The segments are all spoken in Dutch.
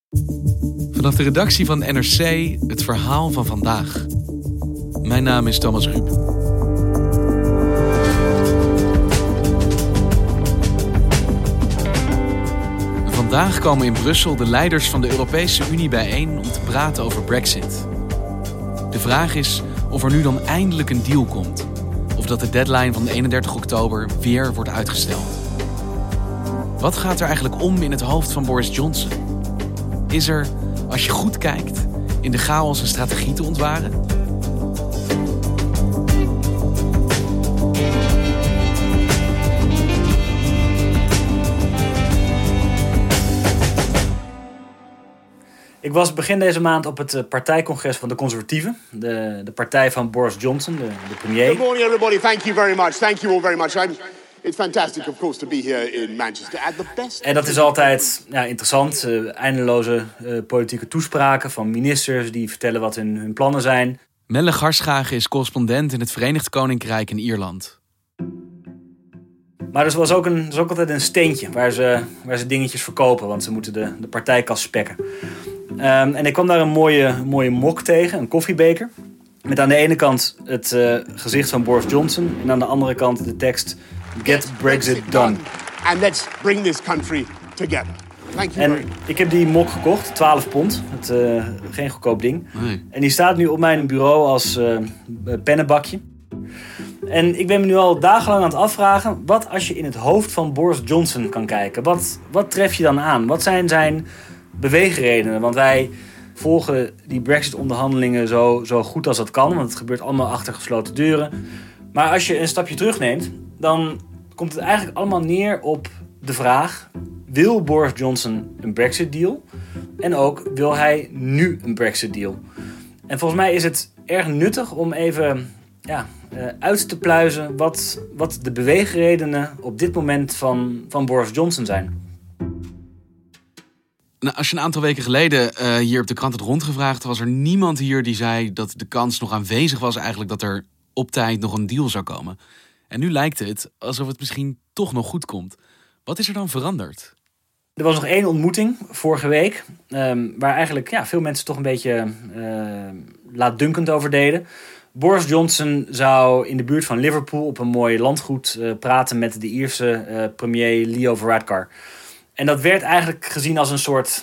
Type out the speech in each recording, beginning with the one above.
Vanaf de redactie van NRC het verhaal van vandaag. Mijn naam is Thomas Ruip. Vandaag komen in Brussel de leiders van de Europese Unie bijeen om te praten over Brexit. De vraag is of er nu dan eindelijk een deal komt. Of dat de deadline van 31 oktober weer wordt uitgesteld. Wat gaat er eigenlijk om in het hoofd van Boris Johnson? Is er, als je goed kijkt, in de chaos een strategie te ontwaren? Ik was begin deze maand op het partijcongres van de Conservatieven. De partij van Boris Johnson, de premier. Good morning everybody, thank you very much. Thank you all very much. It's fantastic of course to be here in Manchester at the best. En dat is altijd interessant. Eindeloze politieke toespraken van ministers die vertellen wat hun plannen zijn. Melle Garschagen is correspondent in het Verenigd Koninkrijk en Ierland. Maar er was ook altijd een steentje waar ze dingetjes verkopen, want ze moeten de partijkas spekken. En ik kwam daar een mooie mok tegen, een koffiebeker. Met aan de ene kant het gezicht van Boris Johnson en aan de andere kant de tekst Get Brexit done. And let's bring this country together. Thank you very much. Ik heb die mok gekocht, 12 pond. Geen goedkoop ding. Nee. En die staat nu op mijn bureau als pennenbakje. En ik ben me nu al dagenlang aan het afvragen, wat als je in het hoofd van Boris Johnson kan kijken? Wat tref je dan aan? Wat zijn zijn beweegredenen? Want wij volgen die Brexit-onderhandelingen zo goed als dat kan, want het gebeurt allemaal achter gesloten deuren. Maar als je een stapje terugneemt, dan komt het eigenlijk allemaal neer op de vraag: wil Boris Johnson een Brexit-deal? En ook, wil hij nu een Brexit-deal? En volgens mij is het erg nuttig om even uit te pluizen wat de beweegredenen op dit moment van Boris Johnson zijn. Nou, als je een aantal weken geleden hier op de krant had rondgevraagd, was er niemand hier die zei dat de kans nog aanwezig was eigenlijk dat er op tijd nog een deal zou komen. En nu lijkt het alsof het misschien toch nog goed komt. Wat is er dan veranderd? Er was nog één ontmoeting vorige week, waar eigenlijk veel mensen toch een beetje laatdunkend over deden. Boris Johnson zou in de buurt van Liverpool op een mooi landgoed praten met de Ierse premier Leo Varadkar. En dat werd eigenlijk gezien als een soort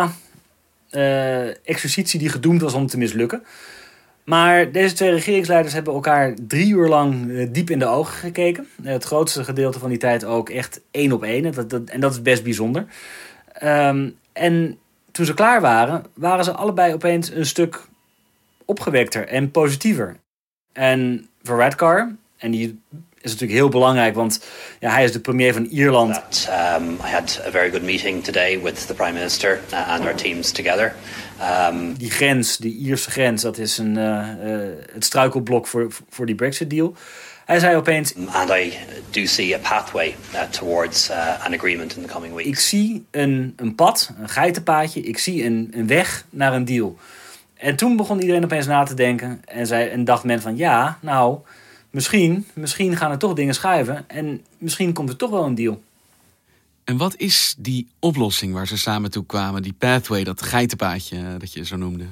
exercitie die gedoemd was om te mislukken. Maar deze twee regeringsleiders hebben elkaar 3 uur lang diep in de ogen gekeken. Het grootste gedeelte van die tijd ook echt 1 op 1. En dat is best bijzonder. En toen ze klaar waren ze allebei opeens een stuk opgewekter en positiever. En Varadkar, en die is natuurlijk heel belangrijk, want hij is de premier van Ierland. I had a very good meeting today with the Prime Minister and our teams together. Die grens, die Ierse grens, dat is het struikelblok voor die Brexit-deal. Hij zei opeens: And I do see a pathway towards an agreement in the coming weeks. Ik zie een pad, een geitenpaadje, ik zie een weg naar een deal. En toen begon iedereen opeens na te denken en dacht men van misschien gaan er toch dingen schuiven en misschien komt er toch wel een deal. En wat is die oplossing waar ze samen toe kwamen? Die pathway, dat geitenpaadje dat je zo noemde.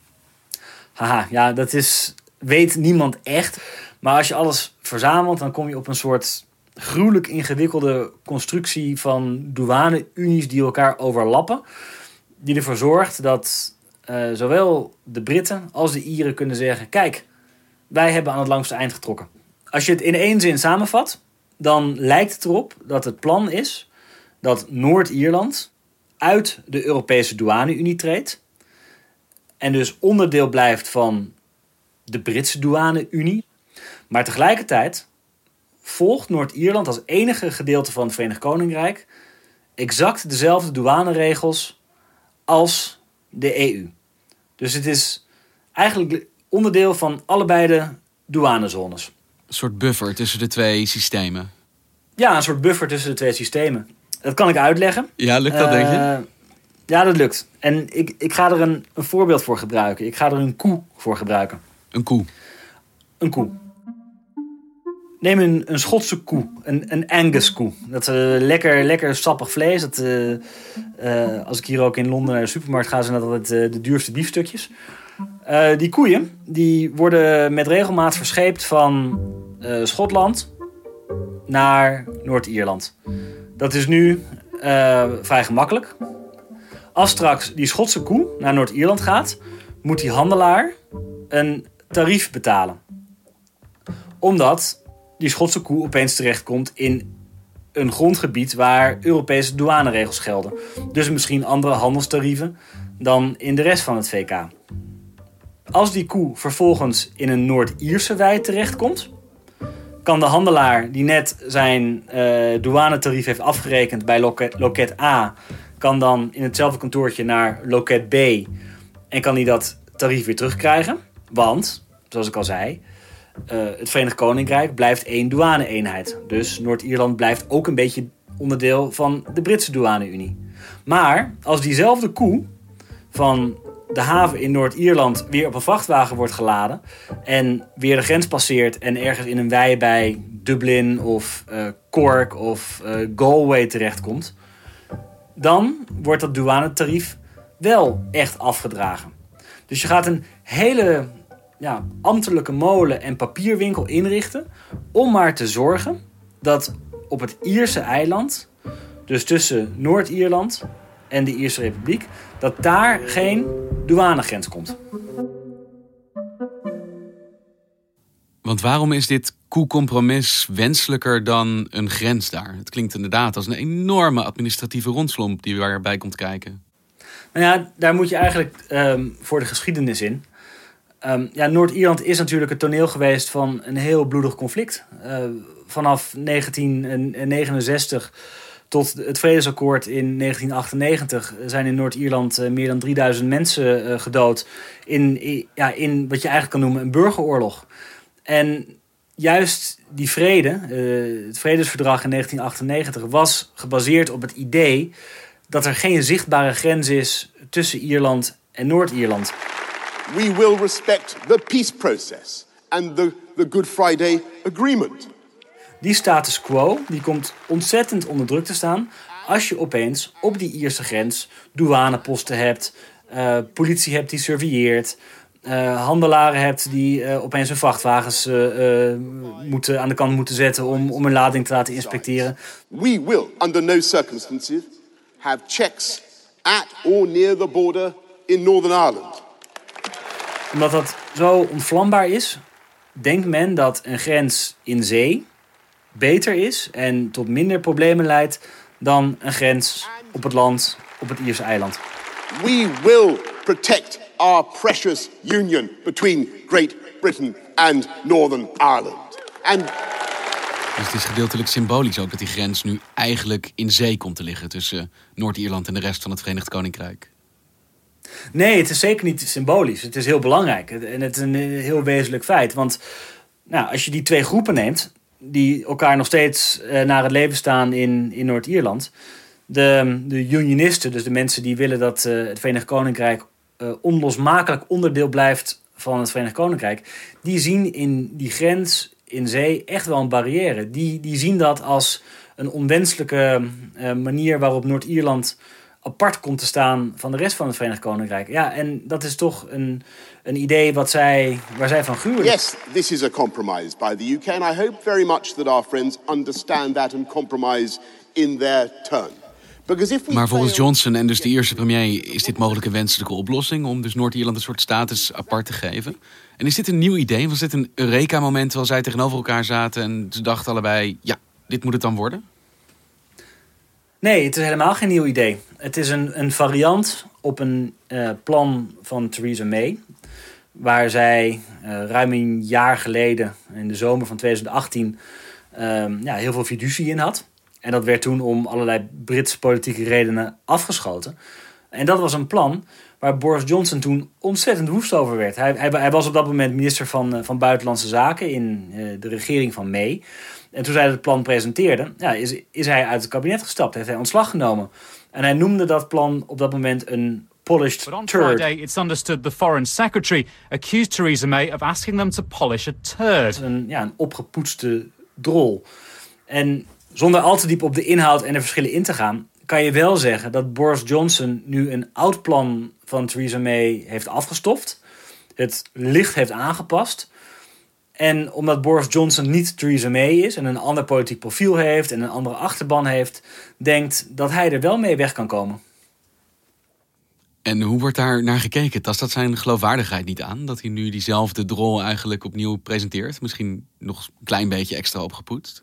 Weet niemand echt. Maar als je alles verzamelt, dan kom je op een soort gruwelijk ingewikkelde constructie van douane-unies die elkaar overlappen. Die ervoor zorgt dat zowel de Britten als de Ieren kunnen zeggen: kijk, wij hebben aan het langste eind getrokken. Als je het in 1 zin samenvat, dan lijkt het erop dat het plan is dat Noord-Ierland uit de Europese douane-unie treedt. En dus onderdeel blijft van de Britse douane-unie. Maar tegelijkertijd volgt Noord-Ierland als enige gedeelte van het Verenigd Koninkrijk exact dezelfde douaneregels als de EU. Dus het is eigenlijk onderdeel van allebei de douanezones. Een soort buffer tussen de 2 systemen. Ja, een soort buffer tussen de 2 systemen. Dat kan ik uitleggen. Ja, lukt dat, denk je? Ja, dat lukt. En ik ga er een voorbeeld voor gebruiken. Ik ga er een koe voor gebruiken. Een koe? Een koe. Neem een Schotse koe, een Angus koe. Dat is lekker sappig vlees. Als ik hier ook in Londen naar de supermarkt ga, zijn dat altijd de duurste biefstukjes. Die koeien die worden met regelmaat verscheept van Schotland naar Noord-Ierland. Dat is nu vrij gemakkelijk. Als straks die Schotse koe naar Noord-Ierland gaat, moet die handelaar een tarief betalen. Omdat die Schotse koe opeens terechtkomt in een grondgebied waar Europese douaneregels gelden. Dus misschien andere handelstarieven dan in de rest van het VK. Als die koe vervolgens in een Noord-Ierse wei terechtkomt, kan de handelaar die net zijn douanetarief heeft afgerekend bij loket A, kan dan in hetzelfde kantoortje naar loket B en kan hij dat tarief weer terugkrijgen. Want, zoals ik al zei, het Verenigd Koninkrijk blijft één douane-eenheid. Dus Noord-Ierland blijft ook een beetje onderdeel van de Britse douane-Unie. Maar als diezelfde koe van de haven in Noord-Ierland weer op een vrachtwagen wordt geladen en weer de grens passeert en ergens in een wei bij Dublin of Cork of Galway terechtkomt, dan wordt dat douanetarief wel echt afgedragen. Dus je gaat een hele ambtelijke molen en papierwinkel inrichten om maar te zorgen dat op het Ierse eiland, dus tussen Noord-Ierland en de Ierse Republiek, dat daar geen douanegrens komt. Want waarom is dit koecompromis wenselijker dan een grens daar? Het klinkt inderdaad als een enorme administratieve rompslomp die erbij komt kijken. Nou ja, daar moet je eigenlijk voor de geschiedenis in. Noord-Ierland is natuurlijk het toneel geweest van een heel bloedig conflict. Vanaf 1969 tot het Vredesakkoord in 1998 zijn in Noord-Ierland meer dan 3000 mensen gedood in wat je eigenlijk kan noemen een burgeroorlog. En juist die vrede, het vredesverdrag in 1998, was gebaseerd op het idee dat er geen zichtbare grens is tussen Ierland en Noord-Ierland. We will respect the peace process and the Good Friday Agreement. Die status quo die komt ontzettend onder druk te staan als je opeens op die Ierse grens douaneposten hebt, politie hebt die surveilleert, handelaren hebt die opeens hun vrachtwagens aan de kant moeten zetten om een lading te laten inspecteren. We will, under no circumstances, have checks at or near the border in Northern Ireland. Omdat dat zo ontvlambaar is, denkt men dat een grens in zee beter is en tot minder problemen leidt dan een grens op het land, op het Ierse eiland. We will protect our precious union between Great Britain and Northern Ireland. Dus het is gedeeltelijk symbolisch ook dat die grens nu eigenlijk in zee komt te liggen tussen Noord-Ierland en de rest van het Verenigd Koninkrijk. Nee, het is zeker niet symbolisch. Het is heel belangrijk en het is een heel wezenlijk feit. Want als je die twee groepen neemt die elkaar nog steeds naar het leven staan in Noord-Ierland. De unionisten, dus de mensen die willen dat het Verenigd Koninkrijk onlosmakelijk onderdeel blijft van het Verenigd Koninkrijk, die zien in die grens in zee echt wel een barrière. Die zien dat als een onwenselijke manier waarop Noord-Ierland apart komt te staan van de rest van het Verenigd Koninkrijk. Ja, en dat is toch een idee waar zij van gruwen. Yes, this is a compromise by the UK and I hope very much that our friends understand that and compromise in their turn. Maar volgens Johnson en dus de Ierse premier is dit mogelijk een wenselijke oplossing om dus Noord-Ierland een soort status apart te geven. En is dit een nieuw idee? Was dit een Eureka-moment terwijl zij tegenover elkaar zaten en ze dachten allebei, ja, dit moet het dan worden? Nee, het is helemaal geen nieuw idee. Het is een variant op een plan van Theresa May, waar zij ruim een jaar geleden, in de zomer van 2018, heel veel fiducie in had. En dat werd toen om allerlei Britse politieke redenen afgeschoten. En dat was een plan waar Boris Johnson toen ontzettend woest over werd. Hij was op dat moment minister van Buitenlandse Zaken in de regering van May. En toen zij het plan presenteerde, is hij uit het kabinet gestapt. Heeft hij ontslag genomen. En hij noemde dat plan op dat moment een polished turd. But on Friday, it's understood the Foreign Secretary accused Theresa May of asking them to polish a turd. Een opgepoetste drol. En zonder al te diep op de inhoud en de verschillen in te gaan, kan je wel zeggen dat Boris Johnson nu een oud plan van Theresa May heeft afgestoft. Het licht heeft aangepast. En omdat Boris Johnson niet Theresa May is en een ander politiek profiel heeft en een andere achterban heeft, denkt dat hij er wel mee weg kan komen. En hoe wordt daar naar gekeken? Tast dat zijn geloofwaardigheid niet aan? Dat hij nu diezelfde drol eigenlijk opnieuw presenteert? Misschien nog een klein beetje extra opgepoetst?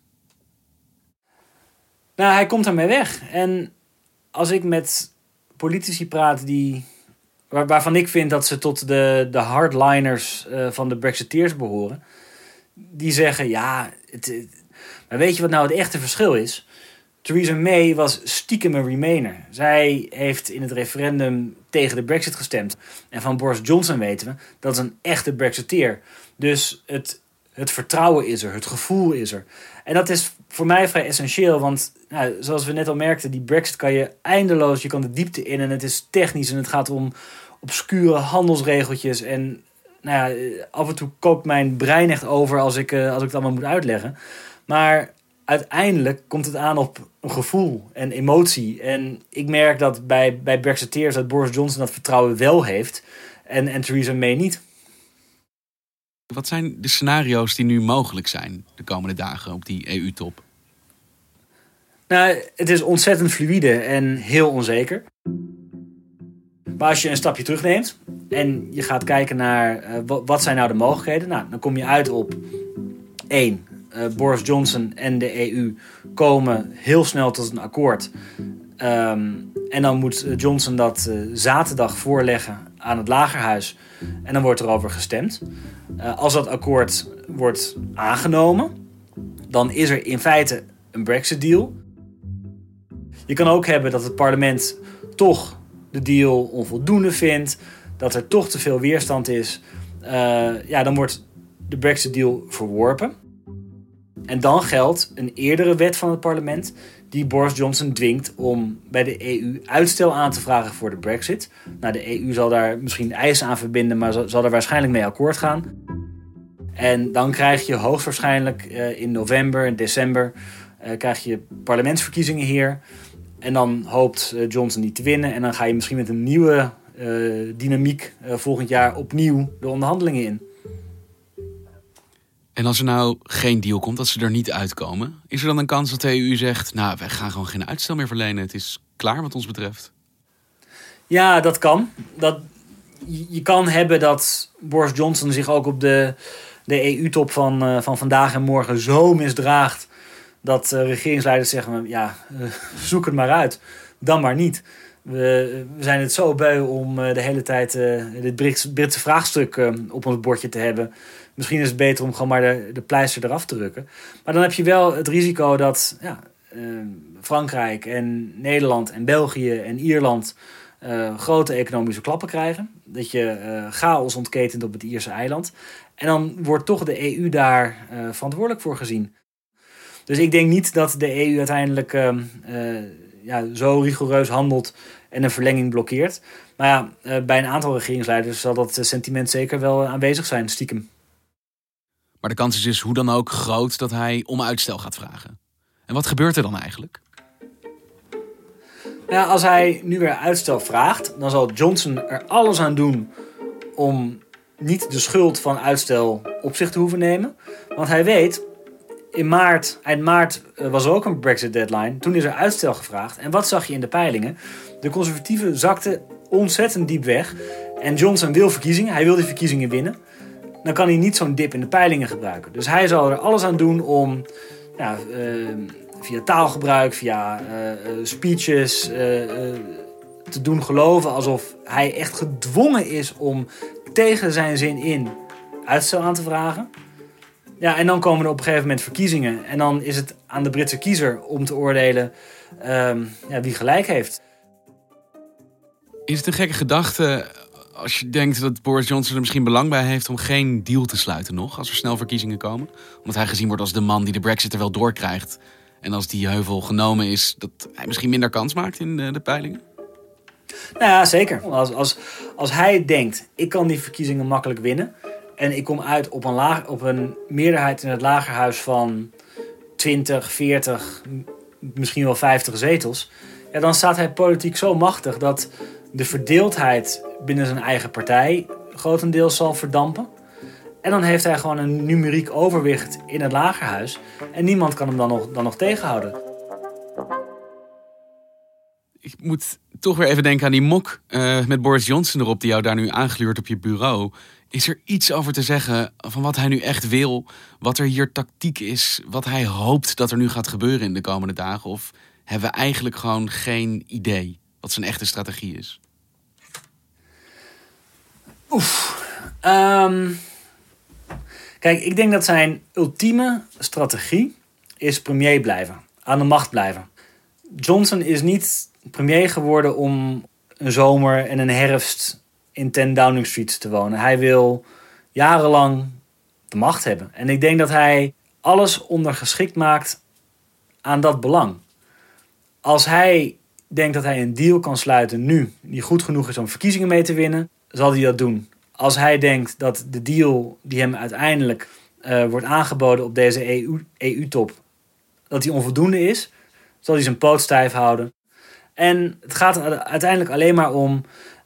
Nou, hij komt ermee weg. En als ik met politici praat waarvan ik vind dat ze tot de hardliners van de Brexiteers behoren, die zeggen, ja, maar weet je wat nou het echte verschil is? Theresa May was stiekem een Remainer. Zij heeft in het referendum tegen de Brexit gestemd. En van Boris Johnson weten we, dat is een echte Brexiteer. Dus het vertrouwen is er, het gevoel is er. En dat is voor mij vrij essentieel, want zoals we net al merkten, die Brexit kan je eindeloos, je kan de diepte in en het is technisch en het gaat om obscure handelsregeltjes. En af en toe kookt mijn brein echt over als ik het allemaal moet uitleggen. Maar uiteindelijk komt het aan op een gevoel en emotie. En ik merk dat bij Brexiteers dat Boris Johnson dat vertrouwen wel heeft en Theresa May niet. Wat zijn de scenario's die nu mogelijk zijn de komende dagen op die EU-top? Nou, het is ontzettend fluïde en heel onzeker. Maar als je een stapje terugneemt en je gaat kijken naar wat zijn nou de mogelijkheden, dan kom je uit op 1. Boris Johnson en de EU komen heel snel tot een akkoord. En dan moet Johnson dat zaterdag voorleggen aan het Lagerhuis. En dan wordt erover gestemd. Als dat akkoord wordt aangenomen, dan is er in feite een Brexit-deal. Je kan ook hebben dat het parlement toch de deal onvoldoende vindt. Dat er toch te veel weerstand is. Dan wordt de Brexit-deal verworpen. En dan geldt een eerdere wet van het parlement die Boris Johnson dwingt om bij de EU uitstel aan te vragen voor de Brexit. De EU zal daar misschien eisen aan verbinden, maar zal er waarschijnlijk mee akkoord gaan. En dan krijg je hoogstwaarschijnlijk in november en december krijg je parlementsverkiezingen hier. En dan hoopt Johnson die te winnen. En dan ga je misschien met een nieuwe dynamiek volgend jaar opnieuw de onderhandelingen in. En als er nou geen deal komt, als ze er niet uitkomen, is er dan een kans dat de EU zegt, wij gaan gewoon geen uitstel meer verlenen. Het is klaar wat ons betreft. Ja, dat kan. Je kan hebben dat Boris Johnson zich ook op de EU-top van vandaag en morgen zo misdraagt dat regeringsleiders zeggen, zoek het maar uit. Dan maar niet. We zijn het zo beu om de hele tijd dit Britse vraagstuk op ons bordje te hebben. Misschien is het beter om gewoon maar de pleister eraf te drukken. Maar dan heb je wel het risico dat Frankrijk en Nederland en België en Ierland grote economische klappen krijgen. Dat je chaos ontketent op het Ierse eiland. En dan wordt toch de EU daar verantwoordelijk voor gezien. Dus ik denk niet dat de EU uiteindelijk zo rigoureus handelt en een verlenging blokkeert. Maar bij een aantal regeringsleiders zal dat sentiment zeker wel aanwezig zijn, stiekem. Maar de kans is dus hoe dan ook groot dat hij om uitstel gaat vragen. En wat gebeurt er dan eigenlijk? Als hij nu weer uitstel vraagt, dan zal Johnson er alles aan doen om niet de schuld van uitstel op zich te hoeven nemen. Want hij weet, eind maart was er ook een Brexit deadline. Toen is er uitstel gevraagd. En wat zag je in de peilingen? De conservatieven zakten ontzettend diep weg. En Johnson wil verkiezingen. Hij wil die verkiezingen winnen. Dan kan hij niet zo'n dip in de peilingen gebruiken. Dus hij zal er alles aan doen om via taalgebruik, via speeches te doen geloven alsof hij echt gedwongen is om tegen zijn zin in uitstel aan te vragen. Ja, en dan komen er op een gegeven moment verkiezingen. En dan is het aan de Britse kiezer om te oordelen wie gelijk heeft. Is het een gekke gedachte als je denkt dat Boris Johnson er misschien belang bij heeft om geen deal te sluiten nog, als er snel verkiezingen komen? Omdat hij gezien wordt als de man die de Brexit er wel doorkrijgt. En als die heuvel genomen is, dat hij misschien minder kans maakt in de peilingen? Nou ja, zeker. Als hij denkt, ik kan die verkiezingen makkelijk winnen en ik kom uit op een meerderheid in het Lagerhuis van 20, 40, misschien wel 50 zetels. Ja, dan staat hij politiek zo machtig dat de verdeeldheid binnen zijn eigen partij grotendeels zal verdampen. En dan heeft hij gewoon een numeriek overwicht in het lagerhuis. En niemand kan hem dan nog tegenhouden. Ik moet toch weer even denken aan die mok met Boris Johnson erop die jou daar nu aangluurt op je bureau. Is er iets over te zeggen van wat hij nu echt wil? Wat er hier tactiek is? Wat hij hoopt dat er nu gaat gebeuren in de komende dagen? Of hebben we eigenlijk gewoon geen idee wat zijn echte strategie is? Kijk, ik denk dat zijn ultieme strategie is premier blijven. Aan de macht blijven. Johnson is niet premier geworden om een zomer en een herfst in 10 Downing Street te wonen. Hij wil jarenlang de macht hebben. En ik denk dat hij alles ondergeschikt maakt aan dat belang. Als hij denkt dat hij een deal kan sluiten nu, die goed genoeg is om verkiezingen mee te winnen, zal hij dat doen. Als hij denkt dat de deal die hem uiteindelijk wordt aangeboden op deze EU-top, dat die onvoldoende is, zal hij zijn poot stijf houden. En het gaat uiteindelijk alleen maar om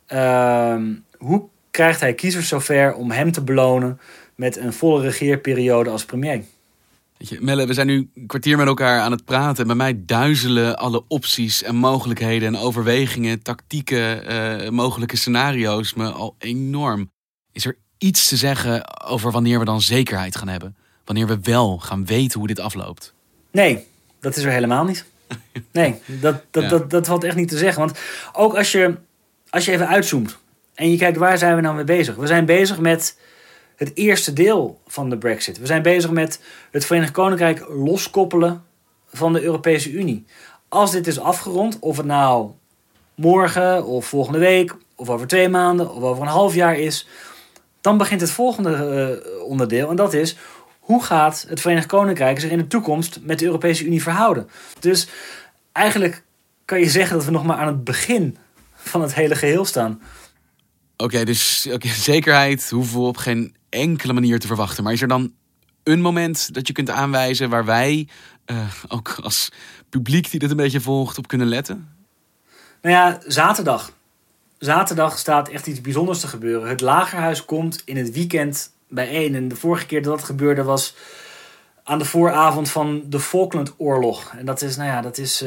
hoe krijgt hij kiezers zover om hem te belonen met een volle regeerperiode als premier. Weet je, Melle, we zijn nu een kwartier met elkaar aan het praten. Bij mij duizelen alle opties en mogelijkheden en overwegingen, tactieken, mogelijke scenario's me al enorm. Is er iets te zeggen over wanneer we dan zekerheid gaan hebben? Wanneer we wel gaan weten hoe dit afloopt? Nee, dat is er helemaal niet. Nee, dat valt echt niet te zeggen. Want ook als je even uitzoomt en je kijkt waar zijn we nou mee bezig? We zijn bezig met het eerste deel van de Brexit. We zijn bezig met het Verenigd Koninkrijk loskoppelen van de Europese Unie. Als dit is afgerond, of het nou morgen of volgende week of over 2 maanden of over een half jaar is, dan begint het volgende onderdeel. En dat is, hoe gaat het Verenigd Koninkrijk zich in de toekomst met de Europese Unie verhouden? Dus eigenlijk kan je zeggen dat we nog maar aan het begin van het hele geheel staan. Oké, dus zekerheid hoeven we op geen enkele manier te verwachten. Maar is er dan een moment dat je kunt aanwijzen waar wij, ook als publiek die dit een beetje volgt, op kunnen letten? Nou ja, zaterdag. Zaterdag staat echt iets bijzonders te gebeuren. Het Lagerhuis komt in het weekend bijeen. En de vorige keer dat gebeurde was aan de vooravond van de Falklandoorlog. En dat is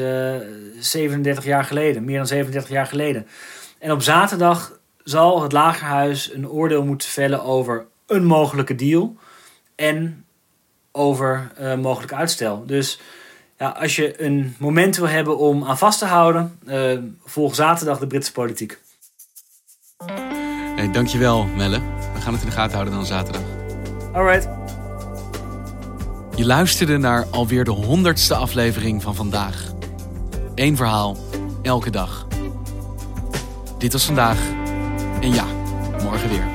37 jaar geleden. Meer dan 37 jaar geleden. En op zaterdag zal het Lagerhuis een oordeel moeten vellen over een mogelijke deal en over mogelijk uitstel. Dus ja, als je een moment wil hebben om aan vast te houden, volg zaterdag de Britse politiek. Hey, dankjewel, Melle. We gaan het in de gaten houden dan zaterdag. Alright. Je luisterde naar alweer de 100ste aflevering van Vandaag. 1 verhaal, elke dag. Dit was vandaag. En ja, morgen weer.